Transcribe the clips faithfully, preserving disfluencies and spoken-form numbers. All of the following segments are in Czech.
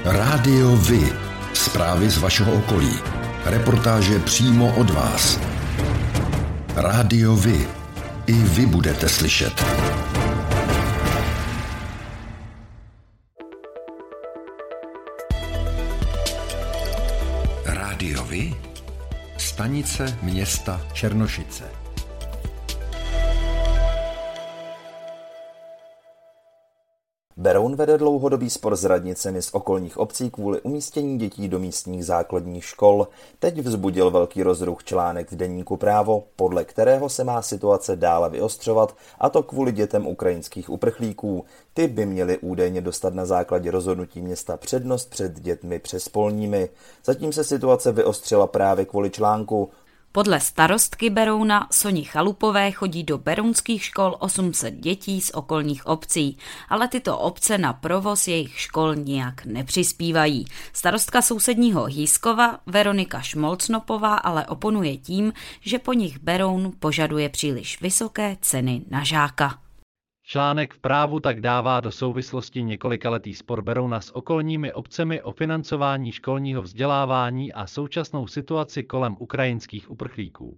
Rádio Vy. Zprávy z vašeho okolí. Reportáže přímo od vás. Rádio Vy. I vy budete slyšet. Rádio Vy. Stanice města Černošice. Beroun vede dlouhodobý spor s radnicemi z okolních obcí kvůli umístění dětí do místních základních škol. Teď vzbudil velký rozruch článek v deníku Právo, podle kterého se má situace dále vyostřovat, a to kvůli dětem ukrajinských uprchlíků. Ty by měly údajně dostat na základě rozhodnutí města přednost před dětmi přespolními. Zatím se situace vyostřila právě kvůli článku. Podle starostky Berouna Soni Chalupové chodí do berounských škol osm set dětí z okolních obcí, ale tyto obce na provoz jejich škol nijak nepřispívají. Starostka sousedního Hýskova Veronika Šmolcnopová ale oponuje tím, že po nich Beroun požaduje příliš vysoké ceny na žáka. Článek v Právu tak dává do souvislosti několikaletý spor Berouna s okolními obcemi o financování školního vzdělávání a současnou situaci kolem ukrajinských uprchlíků.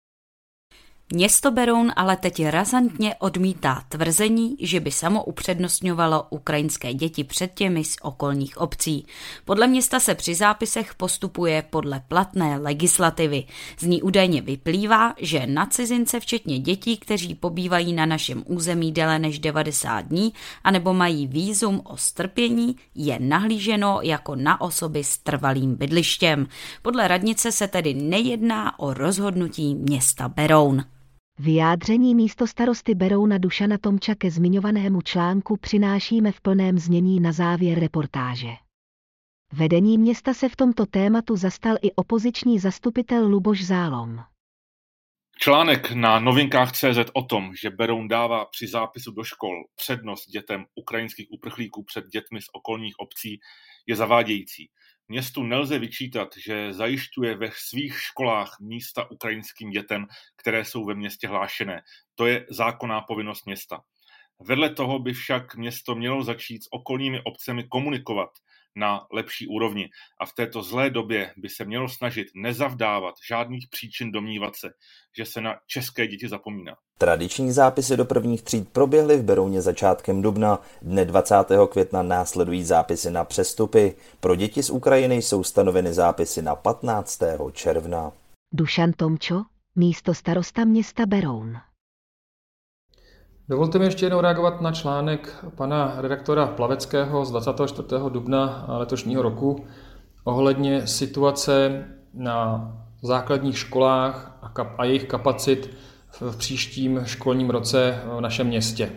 Město Beroun ale teď razantně odmítá tvrzení, že by samo upřednostňovalo ukrajinské děti před těmi z okolních obcí. Podle města se při zápisech postupuje podle platné legislativy. Z ní údajně vyplývá, že na cizince včetně dětí, kteří pobývají na našem území déle než devadesát dní anebo mají vízum o strpění, je nahlíženo jako na osoby s trvalým bydlištěm. Podle radnice se tedy nejedná o rozhodnutí města Beroun. Vyjádření místostarosty Berouna Dušana Tomča ke zmiňovanému článku přinášíme v plném znění na závěr reportáže. Vedení města se v tomto tématu zastal i opoziční zastupitel Luboš Zálom. Článek na novinkách tečka cé zet o tom, že Beroun dává při zápisu do škol přednost dětem ukrajinských uprchlíků před dětmi z okolních obcí, je zavádějící. Městu nelze vyčítat, že zajišťuje ve svých školách místa ukrajinským dětem, které jsou ve městě hlášené. To je zákonná povinnost města. Vedle toho by však město mělo začít s okolními obcemi komunikovat na lepší úrovni a v této zlé době by se mělo snažit nezavdávat žádných příčin domnívat se, že se na české děti zapomíná. Tradiční zápisy do prvních tříd proběhly v Berouně začátkem dubna. Dne dvacátého května následují zápisy na přestupy. Pro děti z Ukrajiny jsou stanoveny zápisy na patnáctého června. Dušan Tomčo, místostarosta města Beroun. Dovolte mi ještě jednou reagovat na článek pana redaktora Plaveckého z dvacátého čtvrtého dubna letošního roku ohledně situace na základních školách a, kap- a jejich kapacit v příštím školním roce v našem městě.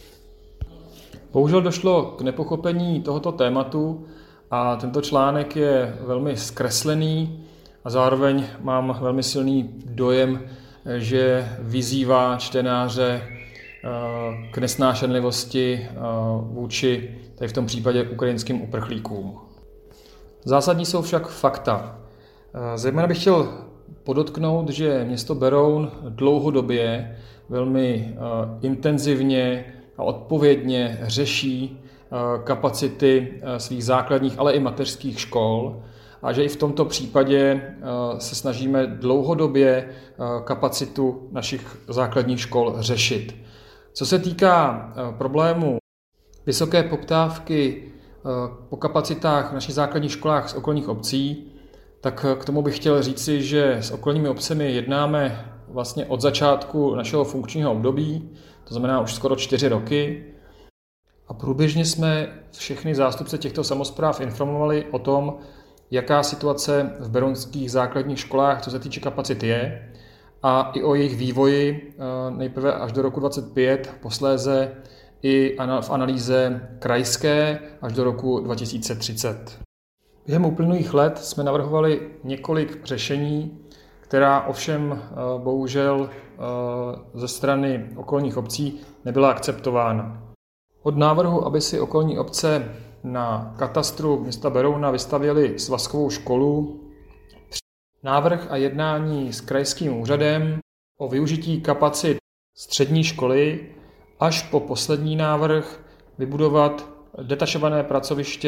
Bohužel došlo k nepochopení tohoto tématu a tento článek je velmi zkreslený a zároveň mám velmi silný dojem, že vyzývá čtenáře k nesnášenlivosti vůči, tady v tom případě, ukrajinským uprchlíkům. Zásadní jsou však fakta. Zejména bych chtěl podotknout, že město Beroun dlouhodobě velmi intenzivně a odpovědně řeší kapacity svých základních, ale i mateřských škol a že i v tomto případě se snažíme dlouhodobě kapacitu našich základních škol řešit. Co se týká problému vysoké poptávky po kapacitách v našich základních školách z okolních obcí, tak k tomu bych chtěl říci, že s okolními obcemi jednáme vlastně od začátku našeho funkčního období, to znamená už skoro čtyři roky. A průběžně jsme všechny zástupce těchto samospráv informovali o tom, jaká situace v berounských základních školách, co se týče kapacit, je, a i o jejich vývoji nejprve až do roku dvacet pět, posléze i v analýze krajské až do roku dva tisíce třicet. Během uplynulých let jsme navrhovali několik řešení, která ovšem bohužel ze strany okolních obcí nebyla akceptována. Od návrhu, aby si okolní obce na katastru města Berouna vystavěly svazkovou školu, návrh a jednání s krajským úřadem o využití kapacit střední školy až po poslední návrh vybudovat detašované pracoviště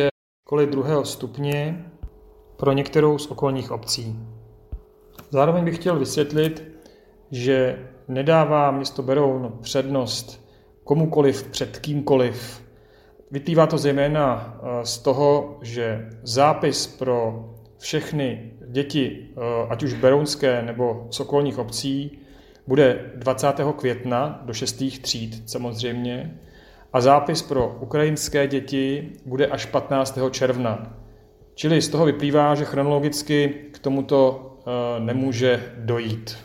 školy druhého stupně pro některou z okolních obcí. Zároveň bych chtěl vysvětlit, že nedává město Beroun přednost komukoliv před kýmkoliv. Vyplývá to zejména z toho, že zápis pro všechny děti, ať už berounské nebo z okolních obcí, bude dvacátého května do šestých tříd samozřejmě a zápis pro ukrajinské děti bude až patnáctého června. Čili z toho vyplývá, že chronologicky k tomuto nemůže dojít.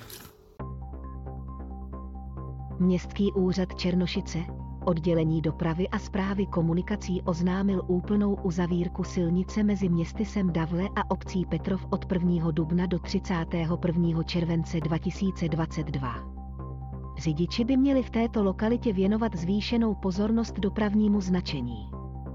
Městský úřad Černošice, oddělení dopravy a správy komunikací oznámil úplnou uzavírku silnice mezi městysem Davle a obcí Petrov od prvního dubna do třicátého prvního července dva tisíce dvacet dva. Řidiči by měli v této lokalitě věnovat zvýšenou pozornost dopravnímu značení.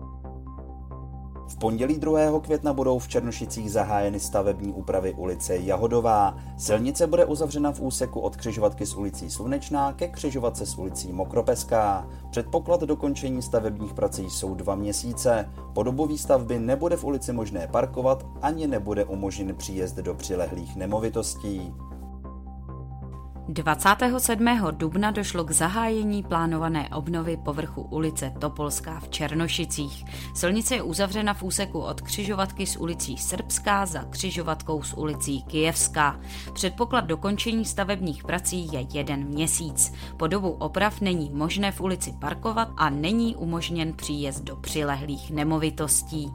V pondělí druhého května budou v Černošicích zahájeny stavební úpravy ulice Jahodová. Silnice bude uzavřena v úseku od křižovatky s ulicí Slunečná ke křižovatce s ulicí Mokropeská. Předpoklad dokončení stavebních prací jsou dva měsíce. Po dobu výstavby nebude v ulici možné parkovat ani nebude umožněn příjezd do přilehlých nemovitostí. dvacátého sedmého dubna došlo k zahájení plánované obnovy povrchu ulice Topolská v Černošicích. Silnice je uzavřena v úseku od křižovatky s ulicí Srbská za křižovatkou s ulicí Kyjevská. Předpoklad dokončení stavebních prací je jeden měsíc. Po dobu oprav není možné v ulici parkovat a není umožněn příjezd do přilehlých nemovitostí.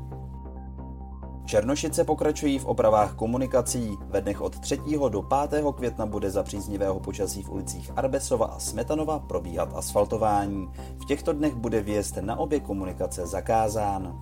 Černošice pokračují v opravách komunikací. Ve dnech od třetího do pátého května bude za příznivého počasí v ulicích Arbesova a Smetanova probíhat asfaltování. V těchto dnech bude vjezd na obě komunikace zakázán.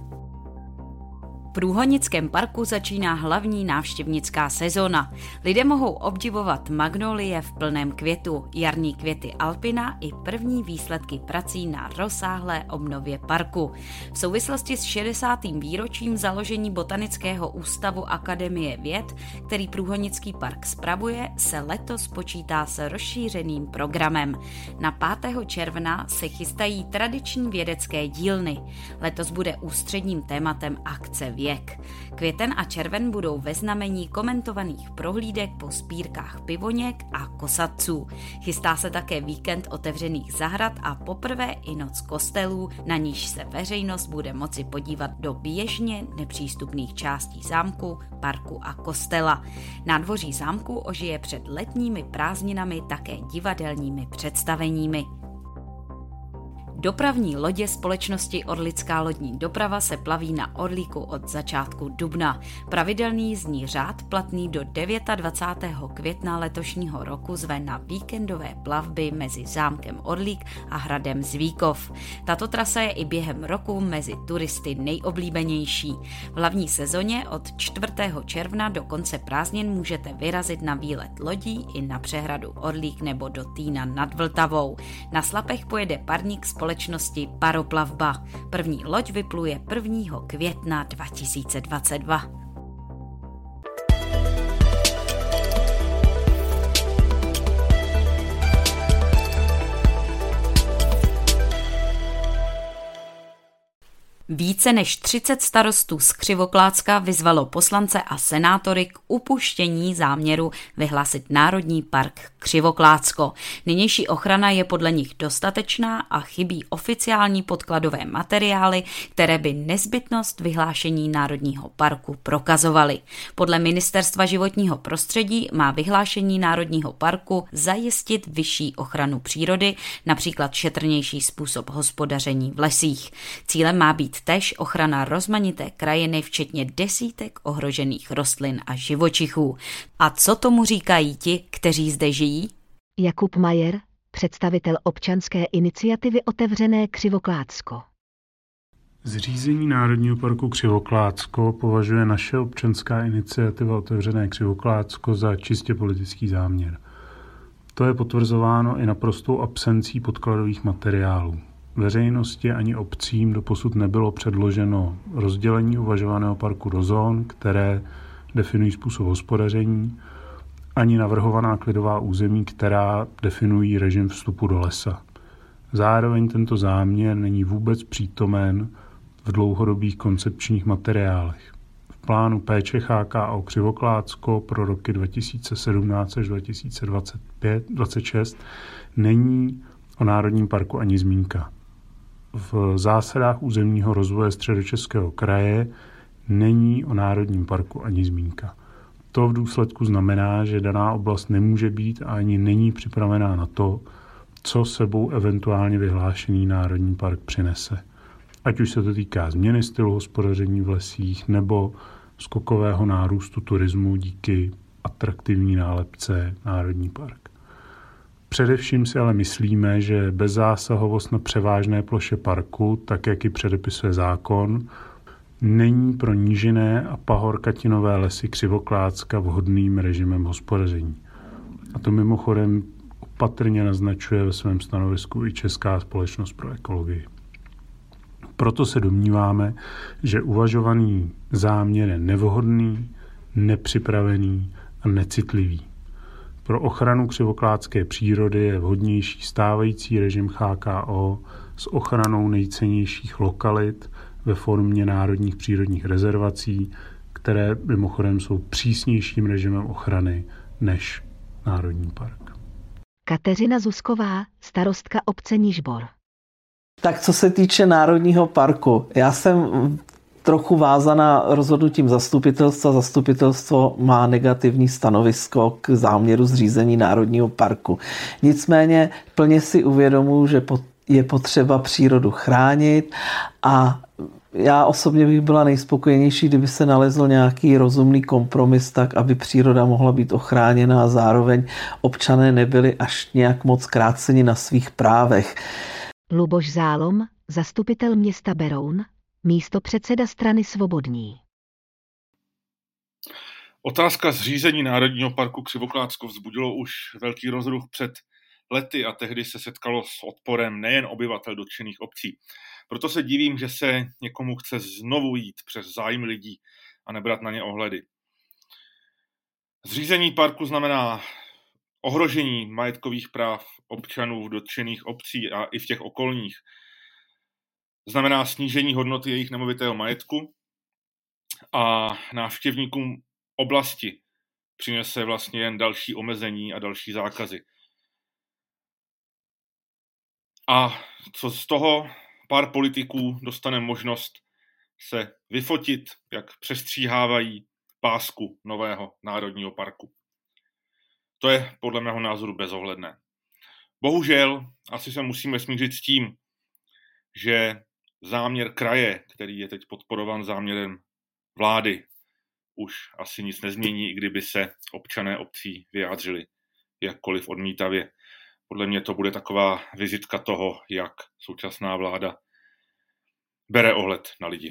V Průhonickém parku začíná hlavní návštěvnická sezóna. Lidé mohou obdivovat magnolie v plném květu, jarní květy alpina i první výsledky prací na rozsáhlé obnově parku. V souvislosti s šedesátým výročím založení Botanického ústavu Akademie věd, který Průhonický park spravuje, se letos počítá s rozšířeným programem. Na pátého června se chystají tradiční vědecké dílny. Letos bude ústředním tématem akce Věk. Květen a červen budou ve znamení komentovaných prohlídek po sbírkách pivoněk a kosatců. Chystá se také víkend otevřených zahrad a poprvé i noc kostelů, na níž se veřejnost bude moci podívat do běžně nepřístupných částí zámku, parku a kostela. Nádvoří zámku ožije před letními prázdninami také divadelními představeními. Dopravní lodě společnosti Orlická lodní doprava se plaví na Orlíku od začátku dubna. Pravidelný jízdní řád platný do dvacátého devátého května letošního roku zve na víkendové plavby mezi zámkem Orlík a hradem Zvíkov. Tato trasa je i během roku mezi turisty nejoblíbenější. V hlavní sezóně od čtvrtého června do konce prázdnin můžete vyrazit na výlet lodí i na přehradu Orlík nebo do Týna nad Vltavou. Na Slapech pojede parník společnosti Paroplavba. První loď vypluje prvního května dva tisíce dvacet dva. Více než třicet starostů z Křivoklácka vyzvalo poslance a senátory k upuštění záměru vyhlásit Národní park Křivoklácko. Nynější ochrana je podle nich dostatečná a chybí oficiální podkladové materiály, které by nezbytnost vyhlášení Národního parku prokazovaly. Podle Ministerstva životního prostředí má vyhlášení Národního parku zajistit vyšší ochranu přírody, například šetrnější způsob hospodaření v lesích. Cílem má být též ochrana rozmanité krajiny, včetně desítek ohrožených rostlin a živočichů. A co tomu říkají ti, kteří zde žijí? Jakub Majer, představitel občanské iniciativy Otevřené Křivoklácko. Zřízení Národního parku Křivoklácko považuje naše občanská iniciativa Otevřené Křivoklácko za čistě politický záměr. To je potvrzováno i naprostou absencí podkladových materiálů. Veřejnosti ani obcím doposud nebylo předloženo rozdělení uvažovaného parku do zón, které definují způsob hospodaření, ani navrhovaná klidová území, která definují režim vstupu do lesa. Zároveň tento záměr není vůbec přítomen v dlouhodobých koncepčních materiálech. V plánu péče H K O Křivoklátsko pro roky dva tisíce sedmnáct až dva tisíce dvacet pět, dvacet šest není o Národním parku ani zmínka. V zásadách územního rozvoje Středočeského kraje není o Národním parku ani zmínka. To v důsledku znamená, že daná oblast nemůže být a ani není připravená na to, co sebou eventuálně vyhlášený Národní park přinese. Ať už se to týká změny stylu hospodaření v lesích nebo skokového nárůstu turismu díky atraktivní nálepce Národní park. Především si ale myslíme, že bezzásahovost na převážné ploše parku, tak jak ji předepisuje zákon, není pro nížinné a pahorkatinové lesy Křivoklátska vhodným režimem hospodaření. A to mimochodem opatrně naznačuje ve svém stanovisku i Česká společnost pro ekologii. Proto se domníváme, že uvažovaný záměr je nevhodný, nepřipravený a necitlivý. Pro ochranu křivoklátské přírody je vhodnější stávající režim H K O s ochranou nejcennějších lokalit ve formě národních přírodních rezervací, které mimochodem jsou přísnějším režimem ochrany než Národní park. Kateřina Zuzková, starostka obce Nižbor. Tak co se týče Národního parku, já jsem trochu vázaná rozhodnutím zastupitelstva. Zastupitelstvo má negativní stanovisko k záměru zřízení Národního parku. Nicméně plně si uvědomuji, že je potřeba přírodu chránit a já osobně bych byla nejspokojenější, kdyby se nalezl nějaký rozumný kompromis tak, aby příroda mohla být ochráněna a zároveň občané nebyli až nějak moc kráceni na svých právech. Luboš Zálom, zastupitel města Beroun, místopředseda strany Svobodní. Otázka zřízení Národního parku Křivoklátsko vzbudilo už velký rozruch před lety a tehdy se setkalo s odporem nejen obyvatel dotčených obcí. Proto se divím, že se někomu chce znovu jít přes zájmy lidí a nebrat na ně ohledy. Zřízení parku znamená ohrožení majetkových práv občanů v dotčených obcí a i v těch okolních. Znamená snížení hodnoty jejich nemovitého majetku a návštěvníkům oblasti přinese vlastně jen další omezení a další zákazy. A co z toho? Pár politiků dostane možnost se vyfotit, jak přestříhávají pásku nového Národního parku. To je podle mého názoru bezohledné. Bohužel asi se musíme smířit s tím, že záměr kraje, který je teď podporován záměrem vlády, už asi nic nezmění, i kdyby se občané obcí vyjádřili jakkoliv odmítavě. Podle mě to bude taková vizitka toho, jak současná vláda bere ohled na lidi.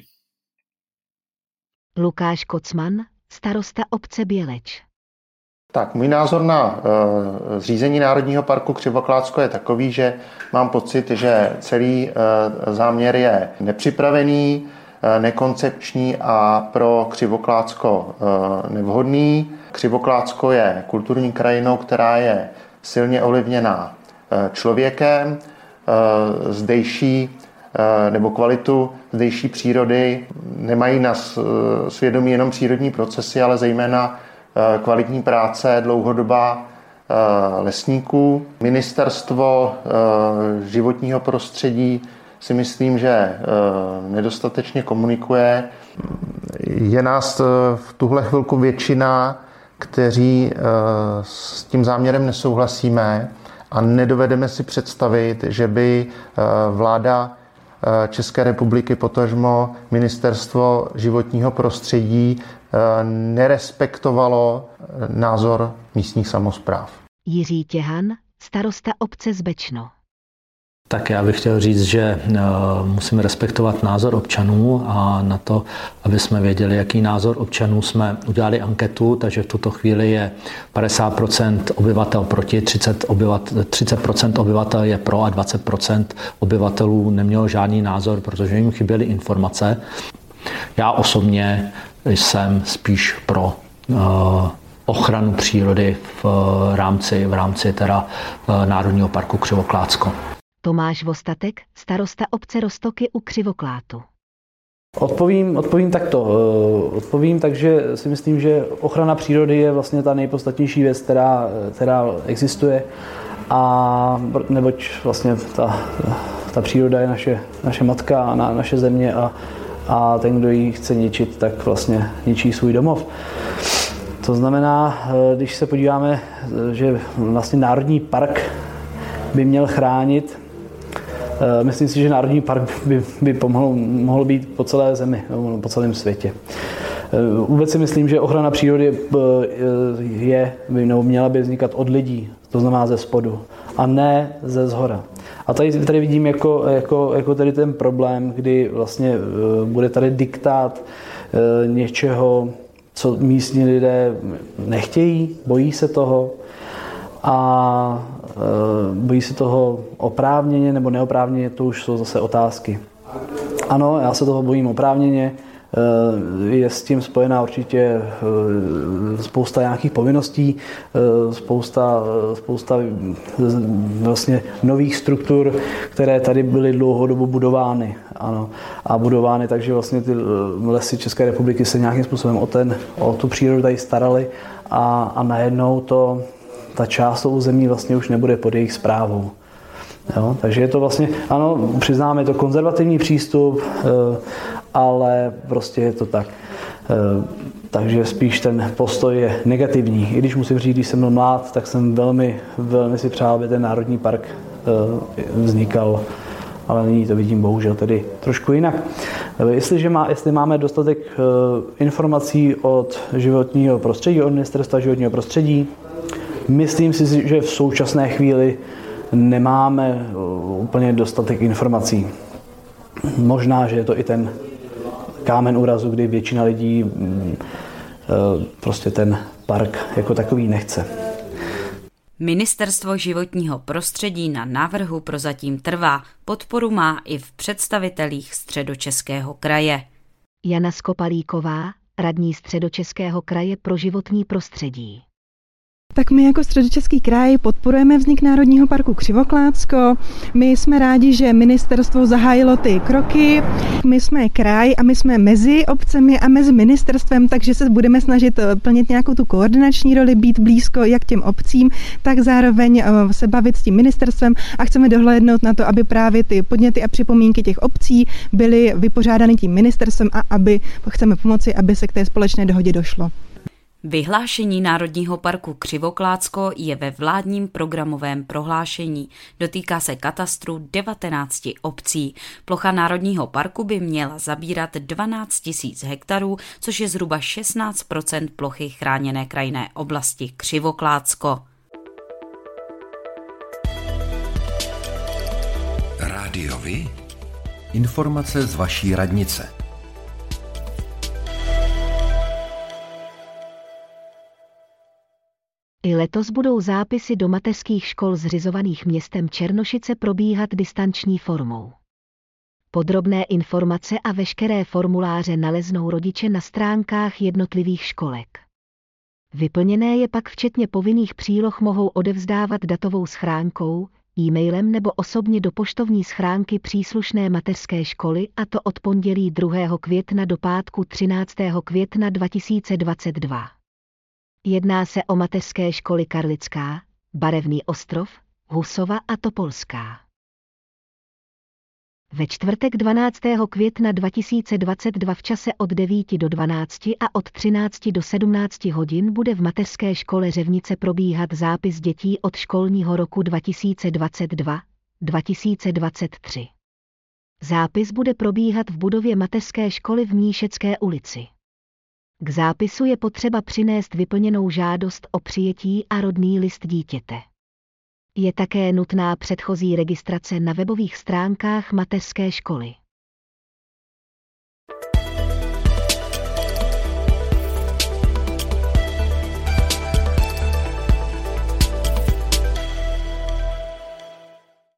Lukáš Kocman, starosta obce Běleč. Tak, můj názor na uh, zřízení Národního parku Křivoklátsko je takový, že mám pocit, že celý uh, záměr je nepřipravený, uh, nekoncepční a pro Křivoklátsko uh, nevhodný. Křivoklátsko je kulturní krajinou, která je silně ovlivněná uh, člověkem. Uh, zdejší uh, nebo kvalitu zdejší přírody nemají na svědomí jenom přírodní procesy, ale zejména kvalitní práce, dlouhodobá lesníků. Ministerstvo životního prostředí si myslím, že nedostatečně komunikuje. Je nás v tuhle chvilku většina, kteří s tím záměrem nesouhlasíme a nedovedeme si představit, že by vláda České republiky, potažmo Ministerstvo životního prostředí nerespektovalo názor místních samospráv. Jiří Těhan, starosta obce Zbečno. Tak já bych chtěl říct, že musíme respektovat názor občanů a na to, aby jsme věděli, jaký názor občanů, jsme udělali anketu, takže v tuto chvíli je padesát procent obyvatel proti, třicet, obyvatel, třicet procent obyvatel je pro a dvacet procent obyvatelů nemělo žádný názor, protože jim chyběly informace. Já osobně jsem spíš pro ochranu přírody v rámci, v rámci teda Národního parku Křivoklátsko. Tomáš Vostatek, starosta obce Roztoky u Křivoklátu. Odpovím, odpovím takto. Odpovím tak, že si myslím, že ochrana přírody je vlastně ta nejpodstatnější věc, která, která existuje. A neboť vlastně ta, ta příroda je naše, naše matka a na, naše země a, a ten, kdo ji chce ničit, tak vlastně ničí svůj domov. To znamená, když se podíváme, že vlastně Národní park by měl chránit, myslím si, že Národní park by, by pomohl, mohl být po celé zemi, po celém světě. Vůbec si myslím, že ochrana přírody je, nebo měla by vznikat od lidí, to znamená ze spodu, a ne ze zhora. A tady, tady vidím jako, jako, jako tady ten problém, kdy vlastně bude tady diktát něčeho, co místní lidé nechtějí, bojí se toho a bojí se toho oprávněně nebo neoprávněně, to už jsou zase otázky. Ano, já se toho bojím oprávněně, je s tím spojená určitě spousta nějakých povinností, spousta, spousta vlastně nových struktur, které tady byly dlouhodobu budovány. Ano. A budovány, takže vlastně ty lesy České republiky se nějakým způsobem o, ten, o tu přírodu tady staraly a, a najednou to, ta část toho území vlastně už nebude pod jejich správou. Jo, takže je to vlastně, ano, přiznáme, je to konzervativní přístup, ale prostě je to tak. Takže spíš ten postoj je negativní. I když musím říct, když jsem byl mlád, tak jsem velmi, velmi si přál, aby ten Národní park vznikal, ale nyní to vidím bohužel tedy trošku jinak. Jestliže má, jestli máme dostatek informací od životního prostředí, od Ministerstva životního prostředí, myslím si, že v současné chvíli nemáme úplně dostatek informací. Možná, že je to i ten kámen úrazu, kdy většina lidí prostě ten park jako takový nechce. Ministerstvo životního prostředí na návrhu prozatím trvá. Podporu má i v představitelích Středočeského kraje. Jana Skopalíková, radní Středočeského kraje pro životní prostředí. Tak my jako Středočeský kraj podporujeme vznik Národního parku Křivoklátsko. My jsme rádi, že ministerstvo zahájilo ty kroky. My jsme kraj a my jsme mezi obcemi a mezi ministerstvem, takže se budeme snažit plnit nějakou tu koordinační roli, být blízko jak těm obcím, tak zároveň se bavit s tím ministerstvem a chceme dohlédnout na to, aby právě ty podněty a připomínky těch obcí byly vypořádány tím ministerstvem a aby chceme pomoci, aby se k té společné dohodě došlo. Vyhlášení Národního parku Křivoklátsko je ve vládním programovém prohlášení. Dotýká se katastru devatenácti obcí. Plocha Národního parku by měla zabírat dvanáct tisíc hektarů, což je zhruba šestnáct procent plochy chráněné krajinné oblasti Křivoklátsko. Rádio Vy? Informace z vaší radnice. I letos budou zápisy do mateřských škol zřizovaných městem Černošice probíhat distanční formou. Podrobné informace a veškeré formuláře naleznou rodiče na stránkách jednotlivých školek. Vyplněné je pak včetně povinných příloh mohou odevzdávat datovou schránkou, e-mailem nebo osobně do poštovní schránky příslušné mateřské školy, a to od pondělí druhého května do pátku třináctého května dva tisíce dvacet dva. Jedná se o mateřské školy Karlická, Barevný Ostrov, Husova a Topolská. Ve čtvrtek dvanáctého května dva tisíce dvacet dva v čase od devíti do dvanácti a od třinácti do sedmnácti hodin bude v mateřské škole Řevnice probíhat zápis dětí od školního roku dva tisíce dvacet dva dva tisíce dvacet tři. Zápis bude probíhat v budově mateřské školy v Mníšecké ulici. K zápisu je potřeba přinést vyplněnou žádost o přijetí a rodný list dítěte. Je také nutná předchozí registrace na webových stránkách mateřské školy.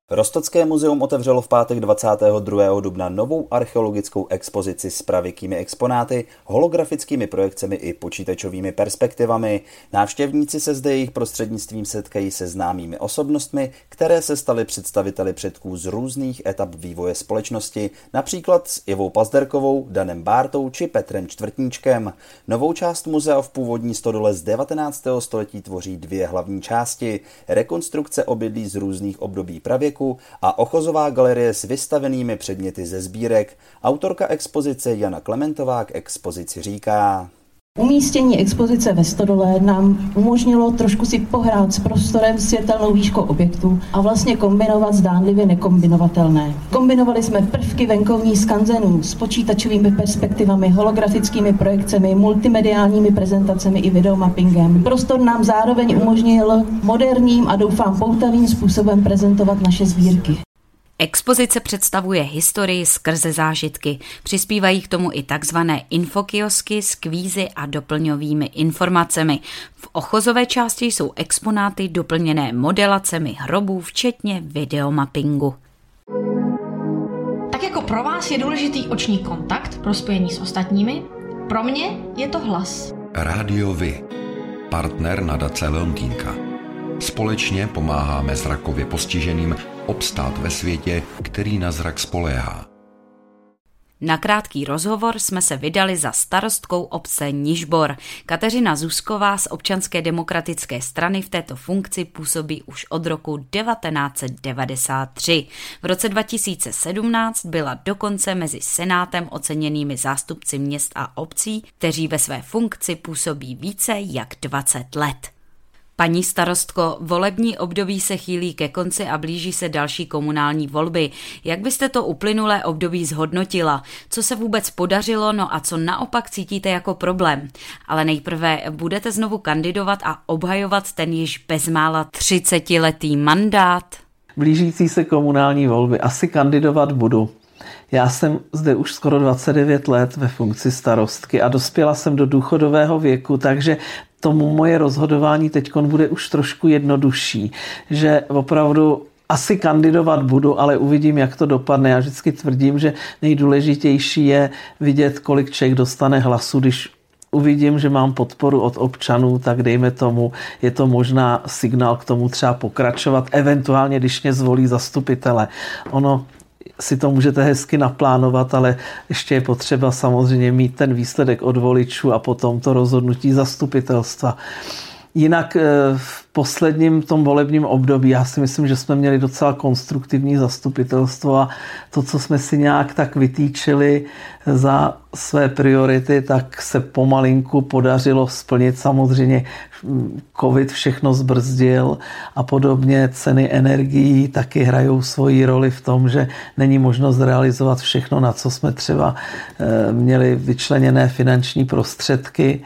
Roztocké muzeum otevřelo v pátek dvacátého druhého dubna novou archeologickou expozici s pravěkými exponáty, holografickými projekcemi i počítačovými perspektivami. Návštěvníci se zde jejich prostřednictvím setkají se známými osobnostmi, které se staly představiteli předků z různých etap vývoje společnosti, například s Ivou Pazderkovou, Danem Bártou či Petrem Čtvrtníčkem. Novou část muzea v původní stodole z devatenáctého století tvoří dvě hlavní části: rekonstrukce obydlí z různých období pravěku a ochozová galerie s vystavenými předměty ze sbírek. Autorka expozice Jana Klementová k expozici říká: Umístění expozice ve stodole nám umožnilo trošku si pohrát s prostorem, světelnou výškou objektu a vlastně kombinovat zdánlivě nekombinovatelné. Kombinovali jsme prvky venkovních skanzenů s počítačovými perspektivami, holografickými projekcemi, multimediálními prezentacemi i videomappingem. Prostor nám zároveň umožnil moderním a doufám poutavým způsobem prezentovat naše sbírky. Expozice představuje historii skrze zážitky. Přispívají k tomu i takzvané infokiosky s kvízy a doplňovými informacemi. V ochozové části jsou exponáty doplněné modelacemi hrobů, včetně videomappingu. Tak jako pro vás je důležitý oční kontakt pro spojení s ostatními, pro mě je to hlas. Rádio Vy, partner nadace Leontýnka. Společně pomáháme zrakově postiženým obstát ve světě, který na zrak spoléhá. Na krátký rozhovor jsme se vydali za starostkou obce Nižbor. Kateřina Zuzková z Občanské demokratické strany v této funkci působí už od roku devatenáct set devadesát tři. V roce dva tisíce sedmnáct byla dokonce mezi senátem oceněnými zástupci měst a obcí, kteří ve své funkci působí více jak dvacet let. Paní starostko, volební období se chýlí ke konci a blíží se další komunální volby. Jak byste to uplynulé období zhodnotila? Co se vůbec podařilo, no a co naopak cítíte jako problém? Ale nejprve, budete znovu kandidovat a obhajovat ten již bezmála třicetiletý mandát? Blížící se komunální volby asi kandidovat budu. Já jsem zde už skoro dvacet devět let ve funkci starostky a dospěla jsem do důchodového věku, takže tomu moje rozhodování teďkon bude už trošku jednodušší, že opravdu asi kandidovat budu, ale uvidím, jak to dopadne. Já vždycky tvrdím, že nejdůležitější je vidět, kolik člověk dostane hlasu. Když uvidím, že mám podporu od občanů, tak dejme tomu, je to možná signál k tomu třeba pokračovat, eventuálně, když mě zvolí zastupitele. Ono si to můžete hezky naplánovat, ale ještě je potřeba samozřejmě mít ten výsledek od voličů a potom to rozhodnutí zastupitelstva. Jinak v posledním tom volebním období já si myslím, že jsme měli docela konstruktivní zastupitelstvo a to, co jsme si nějak tak vytýčili za své priority, tak se pomalinku podařilo splnit. Samozřejmě covid všechno zbrzdil a podobně. Ceny energií taky hrajou svoji roli v tom, že není možnost realizovat všechno, na co jsme třeba měli vyčleněné finanční prostředky.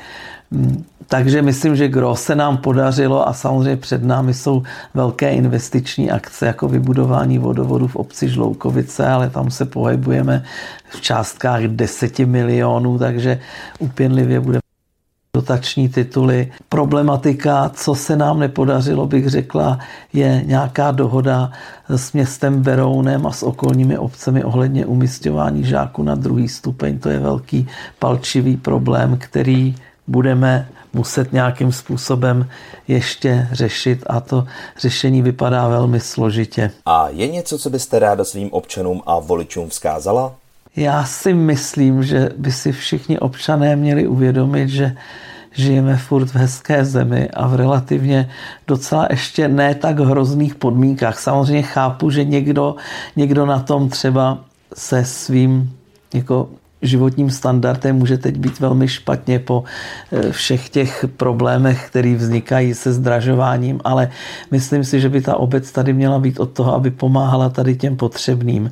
Takže myslím, že gro se nám podařilo a samozřejmě před námi jsou velké investiční akce jako vybudování vodovodu v obci Žloukovice, ale tam se pohybujeme v částkách deseti milionů, takže úpěnlivě budeme dotační tituly. Problematika, co se nám nepodařilo, bych řekla, je nějaká dohoda s městem Berounem a s okolními obcemi ohledně umisťování žáků na druhý stupeň. To je velký palčivý problém, který budeme muset nějakým způsobem ještě řešit a to řešení vypadá velmi složitě. A je něco, co byste ráda svým občanům a voličům vzkázala? Já si myslím, že by si všichni občané měli uvědomit, že žijeme furt v hezké zemi a v relativně docela ještě ne tak hrozných podmínkách. Samozřejmě chápu, že někdo, někdo na tom třeba se svým jako životním standardem může teď být velmi špatně po všech těch problémech, které vznikají se zdražováním, ale myslím si, že by ta obec tady měla být od toho, aby pomáhala tady těm potřebným.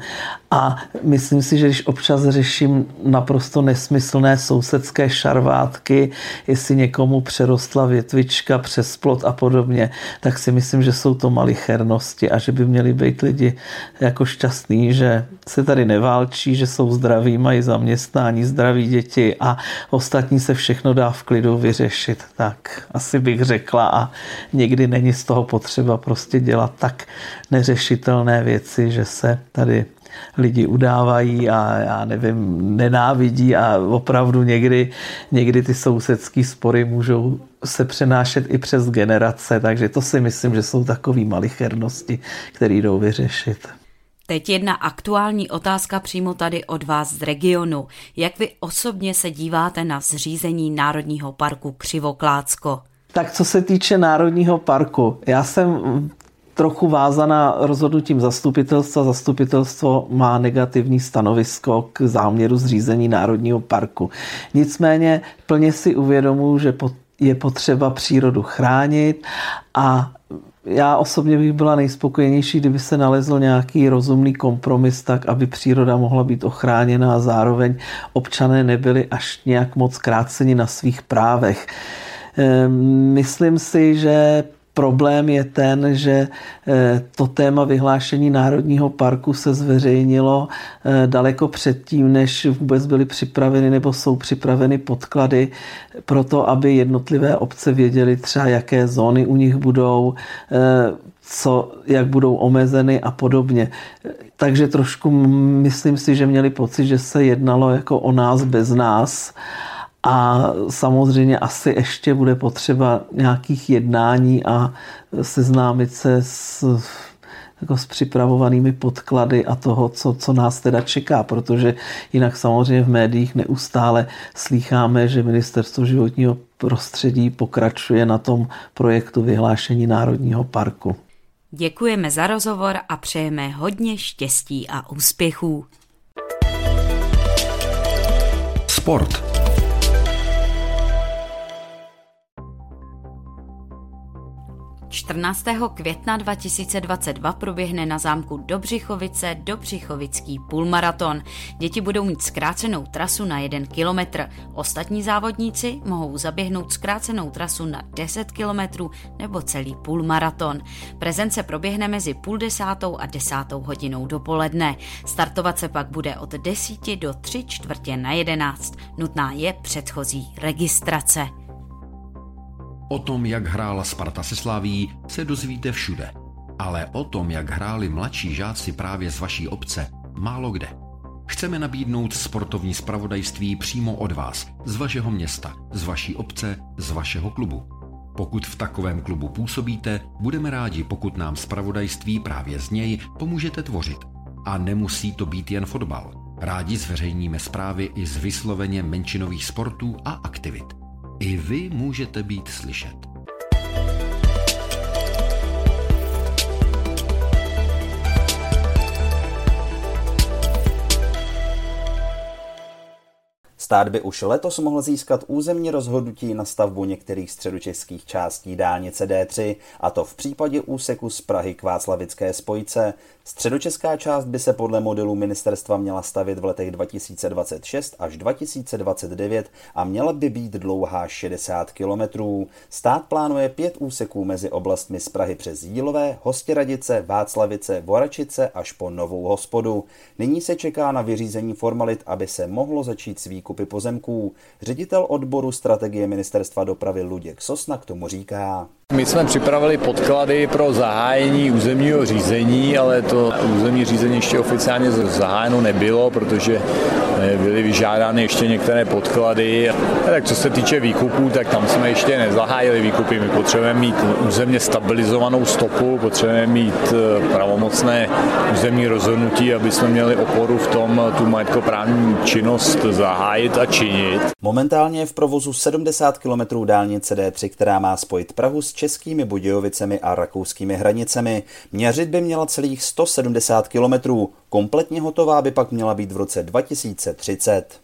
A myslím si, že když občas řeším naprosto nesmyslné sousedské šarvátky, jestli někomu přerostla větvička přes plot a podobně, tak si myslím, že jsou to malichernosti a že by měli být lidi jako šťastní, že se tady neválčí, že jsou zdraví, mají zaměstnání, zdraví děti a ostatní se všechno dá v klidu vyřešit. Tak asi bych řekla a někdy není z toho potřeba prostě dělat tak neřešitelné věci, že se tady lidi udávají a já nevím, nenávidí a opravdu někdy, někdy ty sousedský spory můžou se přenášet i přes generace, takže to si myslím, že jsou takové malichernosti, které jdou vyřešit. Teď jedna aktuální otázka přímo tady od vás z regionu. Jak vy osobně se díváte na zřízení Národního parku Křivoklátsko? Tak co se týče Národního parku, já jsem trochu vázaná rozhodnutím zastupitelstva. Zastupitelstvo má negativní stanovisko k záměru zřízení Národního parku. Nicméně plně si uvědomuji, že je potřeba přírodu chránit a já osobně bych byla nejspokojenější, kdyby se nalezl nějaký rozumný kompromis tak, aby příroda mohla být ochráněna a zároveň občané nebyli až nějak moc kráceni na svých právech. Myslím si, že problém je ten, že to téma vyhlášení Národního parku se zveřejnilo daleko předtím, než vůbec byly připraveny nebo jsou připraveny podklady pro to, aby jednotlivé obce věděly třeba, jaké zóny u nich budou, co, jak budou omezeny a podobně. Takže trošku myslím si, že měli pocit, že se jednalo jako o nás bez nás. A samozřejmě asi ještě bude potřeba nějakých jednání a seznámit se s, jako s připravovanými podklady a toho, co, co nás teda čeká, protože jinak samozřejmě v médiích neustále slýcháme, že Ministerstvo životního prostředí pokračuje na tom projektu vyhlášení Národního parku. Děkujeme za rozhovor a přejeme hodně štěstí a úspěchů. Sport. čtrnáctého května dva tisíce dvacet dva proběhne na zámku Dobřichovice Dobřichovický půlmaraton. Děti budou mít zkrácenou trasu na jeden kilometr. Ostatní závodníci mohou zaběhnout zkrácenou trasu na deset kilometrů nebo celý půlmaraton. Prezence proběhne mezi půl desátou a desátou hodinou dopoledne. Startovat se pak bude od desíti do tři čtvrtě na jedenáct. Nutná je předchozí registrace. O tom, jak hrála Sparta se Slavií, se dozvíte všude. Ale o tom, jak hráli mladší žáci právě z vaší obce, málo kde. Chceme nabídnout sportovní zpravodajství přímo od vás, z vašeho města, z vaší obce, z vašeho klubu. Pokud v takovém klubu působíte, budeme rádi, pokud nám zpravodajství právě z něj pomůžete tvořit. A nemusí to být jen fotbal. Rádi zveřejníme zprávy i z vysloveně menšinových sportů a aktivit. I vy můžete být slyšet. Stát by už letos mohl získat územní rozhodnutí na stavbu některých středočeských částí dálnice D tři, a to v případě úseku z Prahy k Václavické spojce. Středočeská část by se podle modelu ministerstva měla stavět v letech dva tisíce dvacet šest až dva tisíce dvacet devět a měla by být dlouhá šedesát kilometrů. Stát plánuje pět úseků mezi oblastmi z Prahy přes Jílové, Hostěradice, Václavice, Voračice až po Novou Hospodu. Nyní se čeká na vyřízení formalit, aby se mohlo začít s výkupy pozemků. Ředitel odboru strategie ministerstva dopravy Luděk Sosna k tomu říká: My jsme připravili podklady pro zahájení územního řízení, ale to územní řízení ještě oficiálně zahájeno nebylo, protože byly vyžádány ještě některé podklady. A tak co se týče výkupů, tak tam jsme ještě nezahájili výkupy. My potřebujeme mít územně stabilizovanou stopu, potřebujeme mít pravomocné územní rozhodnutí, aby jsme měli oporu v tom tu majetkoprávní činnost zahájit a činit. Momentálně je v provozu sedmdesát kilometrů dálnice D tři, která má spojit Prahu s Českými Budějovicemi a rakouskými hranicemi. Měřit by měla celých sto sedmdesát kilometrů. Kompletně hotová by pak měla být v roce dva tisíce třicet.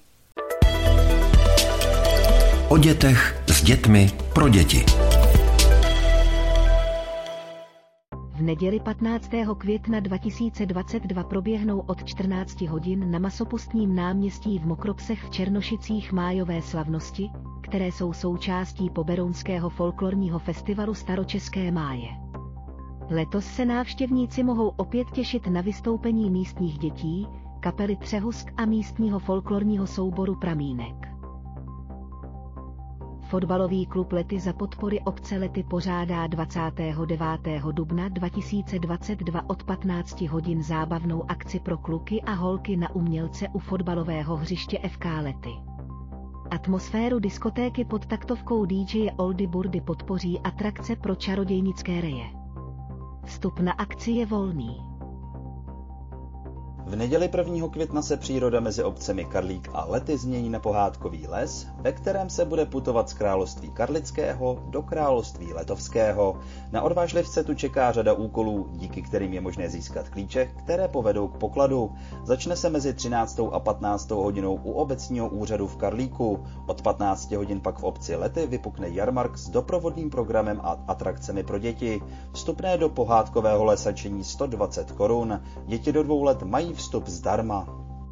O dětech, s dětmi, pro děti. V neděli patnáctého května dva tisíce dvacet dva proběhnou od čtrnácti hodin na Masopustním náměstí v Mokropsech v Černošicích májové slavnosti, které jsou součástí poberounského folklorního festivalu Staročeské máje. Letos se návštěvníci mohou opět těšit na vystoupení místních dětí, kapely Třehusk a místního folklorního souboru Pramínek. Fotbalový klub Lety za podpory obce Lety pořádá dvacátého devátého dubna dva tisíce dvacet dva od patnácti hodin zábavnou akci pro kluky a holky na umělce u fotbalového hřiště F K Lety. Atmosféru diskotéky pod taktovkou D J Oldy Burdy podpoří atrakce pro čarodějnické reje. Vstup na akci je volný. V neděli prvního května se příroda mezi obcemi Karlík a Lety změní na pohádkový les, ve kterém se bude putovat z království karlického do království letovského. Na odvážlivce tu čeká řada úkolů, díky kterým je možné získat klíče, které povedou k pokladu. Začne se mezi třináctou a patnáctou hodinou u obecního úřadu v Karlíku. Od patnácti hodin pak v obci Lety vypukne jarmark s doprovodným programem a atrakcemi pro děti. Vstupné do pohádkového lesa činí sto dvacet korun. Děti do dvou let mají vstup zdarma.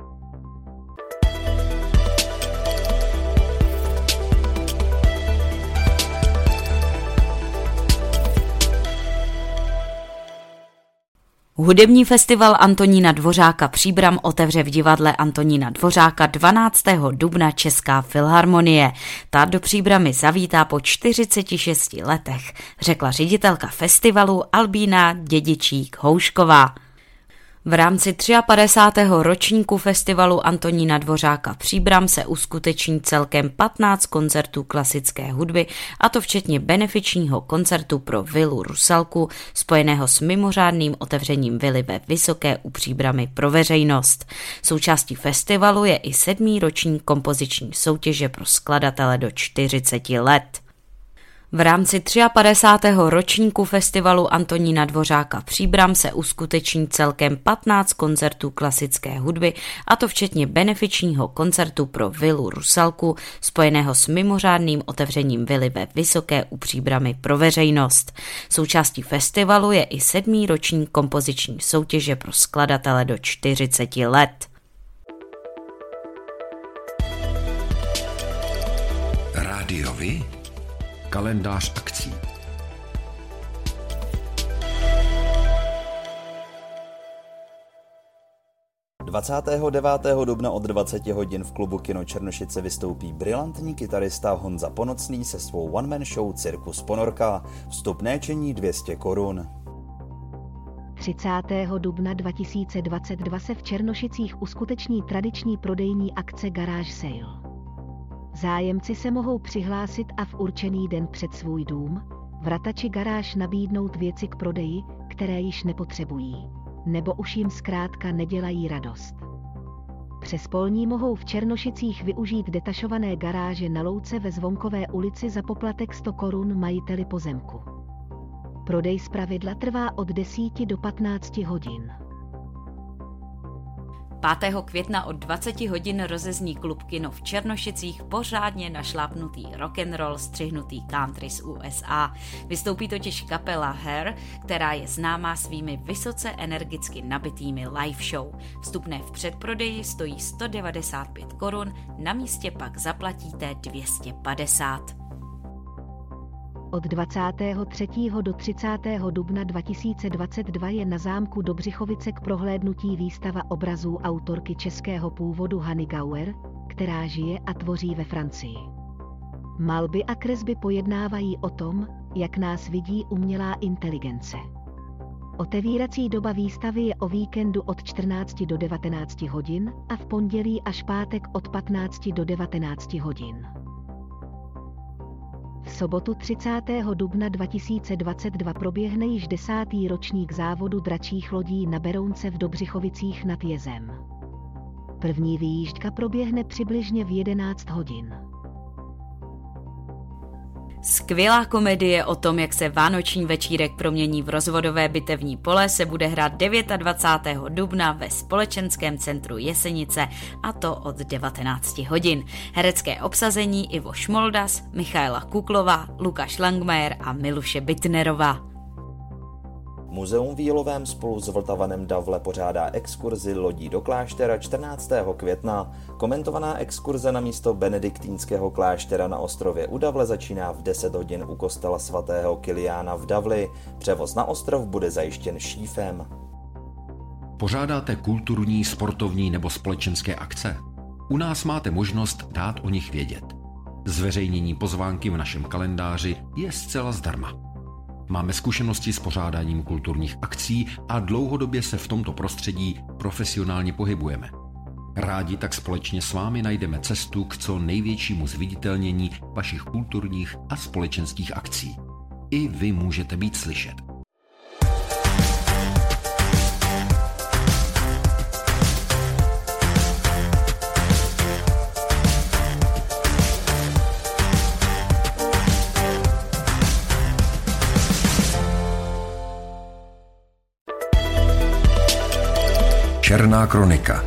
Hudební festival Antonína Dvořáka Příbram otevře v divadle Antonína Dvořáka dvanáctého dubna Česká filharmonie. Ta do Příbramy zavítá po čtyřiceti šesti letech, řekla ředitelka festivalu Albína Dědičík-Houšková. V rámci padesátého třetího ročníku festivalu Antonína Dvořáka Příbram se uskuteční celkem patnáct koncertů klasické hudby, a to včetně benefičního koncertu pro vilu Rusalku, spojeného s mimořádným otevřením vily ve Vysoké u Příbramy pro veřejnost. Součástí festivalu je i sedmý ročník kompoziční soutěže pro skladatele do čtyřiceti let. V rámci padesátého třetího ročníku festivalu Antonína Dvořáka Příbram se uskuteční celkem patnáct koncertů klasické hudby, a to včetně benefičního koncertu pro vilu Rusalku, spojeného s mimořádným otevřením vily ve Vysoké u Příbramy pro veřejnost. Součástí festivalu je i sedmý ročník kompoziční soutěže pro skladatele do čtyřiceti let. Rádiovi? Kalendář akcí. dvacátého devátého dubna od dvaceti hodin v klubu Kino Černošice vystoupí brilantní kytarista Honza Ponocný se svou one-man show Cirkus Ponorka. Vstupné činí dvě stě korun. třicátého dubna dva tisíce dvacet dva se v Černošicích uskuteční tradiční prodejní akce Garage Sale. Zájemci se mohou přihlásit a v určený den před svůj dům, vratači garáž nabídnout věci k prodeji, které již nepotřebují, nebo už jim zkrátka nedělají radost. Přes polní mohou v Černošicích využít detašované garáže na louce ve Zvonkové ulici za poplatek sto korun majiteli pozemku. Prodej zpravidla trvá od deseti do patnácti hodin. pátého května od dvaceti hodin rozezní klub Kino v Černošicích pořádně našlápnutý rock'n'roll střihnutý country z U S A. Vystoupí totiž kapela Hair, která je známá svými vysoce energicky nabitými live show. Vstupné v předprodeji stojí sto devadesát pět korun, na místě pak zaplatíte dvě stě padesát. Od dvacátého třetího do třicátého dubna dva tisíce dvacet dva je na zámku Dobřichovice k prohlédnutí výstava obrazů autorky českého původu Hany Gauer, která žije a tvoří ve Francii. Malby a kresby pojednávají o tom, jak nás vidí umělá inteligence. Otevírací doba výstavy je o víkendu od čtrnácti do devatenácti hodin a v pondělí až pátek od patnácti do devatenácti hodin. V sobotu třicátého dubna dva tisíce dvacet dva proběhne již desátý ročník závodu dračích lodí na Berounce v Dobřichovicích nad Jezem. První výjížďka proběhne přibližně v jedenáct hodin. Skvělá komedie o tom, jak se vánoční večírek promění v rozvodové bitevní pole, se bude hrát dvacátého devátého dubna ve Společenském centru Jesenice, a to od devatenácti hodin. Herecké obsazení Ivo Šmoldas, Michaela Kuklová, Lukáš Langmajer a Miluše Bitnerová. Muzeum v Jílovém spolu s Vltavanem Davle pořádá exkurzi lodí do kláštera čtrnáctého května. Komentovaná exkurze na místo benediktínského kláštera na ostrově u Davle začíná v deset hodin u kostela svatého Kiliána v Davli. Převoz na ostrov bude zajištěn šífem. Pořádáte kulturní, sportovní nebo společenské akce? U nás máte možnost dát o nich vědět. Zveřejnění pozvánky v našem kalendáři je zcela zdarma. Máme zkušenosti s pořádáním kulturních akcí a dlouhodobě se v tomto prostředí profesionálně pohybujeme. Rádi tak společně s vámi najdeme cestu k co největšímu zviditelnění vašich kulturních a společenských akcí. I vy můžete být slyšet. Černá kronika.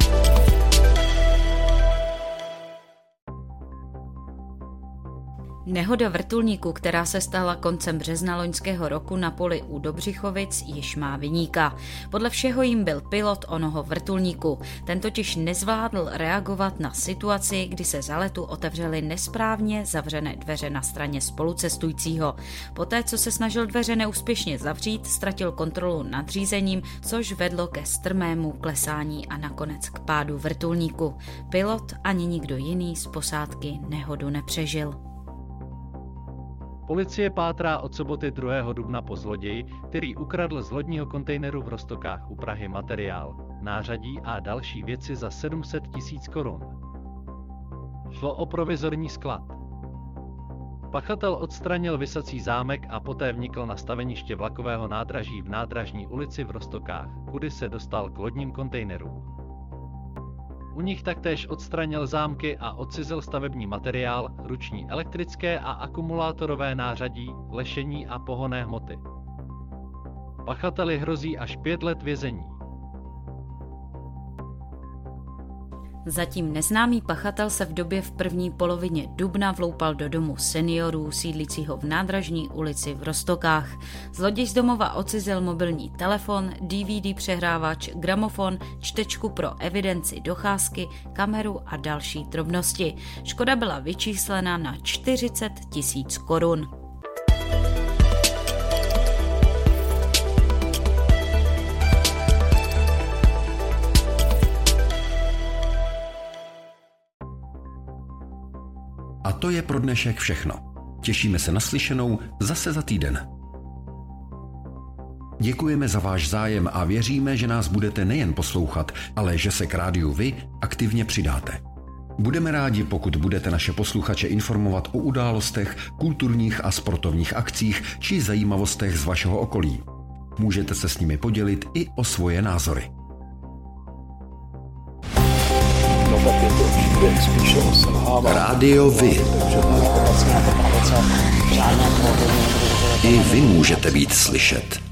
Nehoda vrtulníku, která se stala koncem března loňského roku na poli u Dobřichovic, již má viníka. Podle všeho jim byl pilot onoho vrtulníku. Ten totiž nezvládl reagovat na situaci, kdy se za letu otevřely nesprávně zavřené dveře na straně spolucestujícího. Poté, co se snažil dveře neúspěšně zavřít, ztratil kontrolu nad řízením, což vedlo ke strmému klesání a nakonec k pádu vrtulníku. Pilot ani nikdo jiný z posádky nehodu nepřežil. Policie pátrá od soboty druhého dubna po zloději, který ukradl z lodního kontejneru v Roztokách u Prahy materiál, nářadí a další věci za sedm set tisíc korun. Šlo o provizorní sklad. Pachatel odstranil visací zámek a poté vnikl na staveniště vlakového nádraží v Nádražní ulici v Roztokách, kudy se dostal k lodním kontejnerům. U nich taktéž odstranil zámky a odcizil stavební materiál, ruční elektrické a akumulátorové nářadí, lešení a pohonné hmoty. Pachateli hrozí až pět let vězení. Zatím neznámý pachatel se v době v první polovině dubna vloupal do domu seniorů sídlícího v Nádražní ulici v Roztokách. Zloděj z domova odcizil mobilní telefon, D V D přehrávač, gramofon, čtečku pro evidenci docházky, kameru a další drobnosti. Škoda byla vyčíslena na čtyřicet tisíc korun. A to je pro dnešek všechno. Těšíme se na slyšenou zase za týden. Děkujeme za váš zájem a věříme, že nás budete nejen poslouchat, ale že se k rádiu vy aktivně přidáte. Budeme rádi, pokud budete naše posluchače informovat o událostech, kulturních a sportovních akcích či zajímavostech z vašeho okolí. Můžete se s nimi podělit i o svoje názory. Rádio Vy. I vy můžete být slyšet.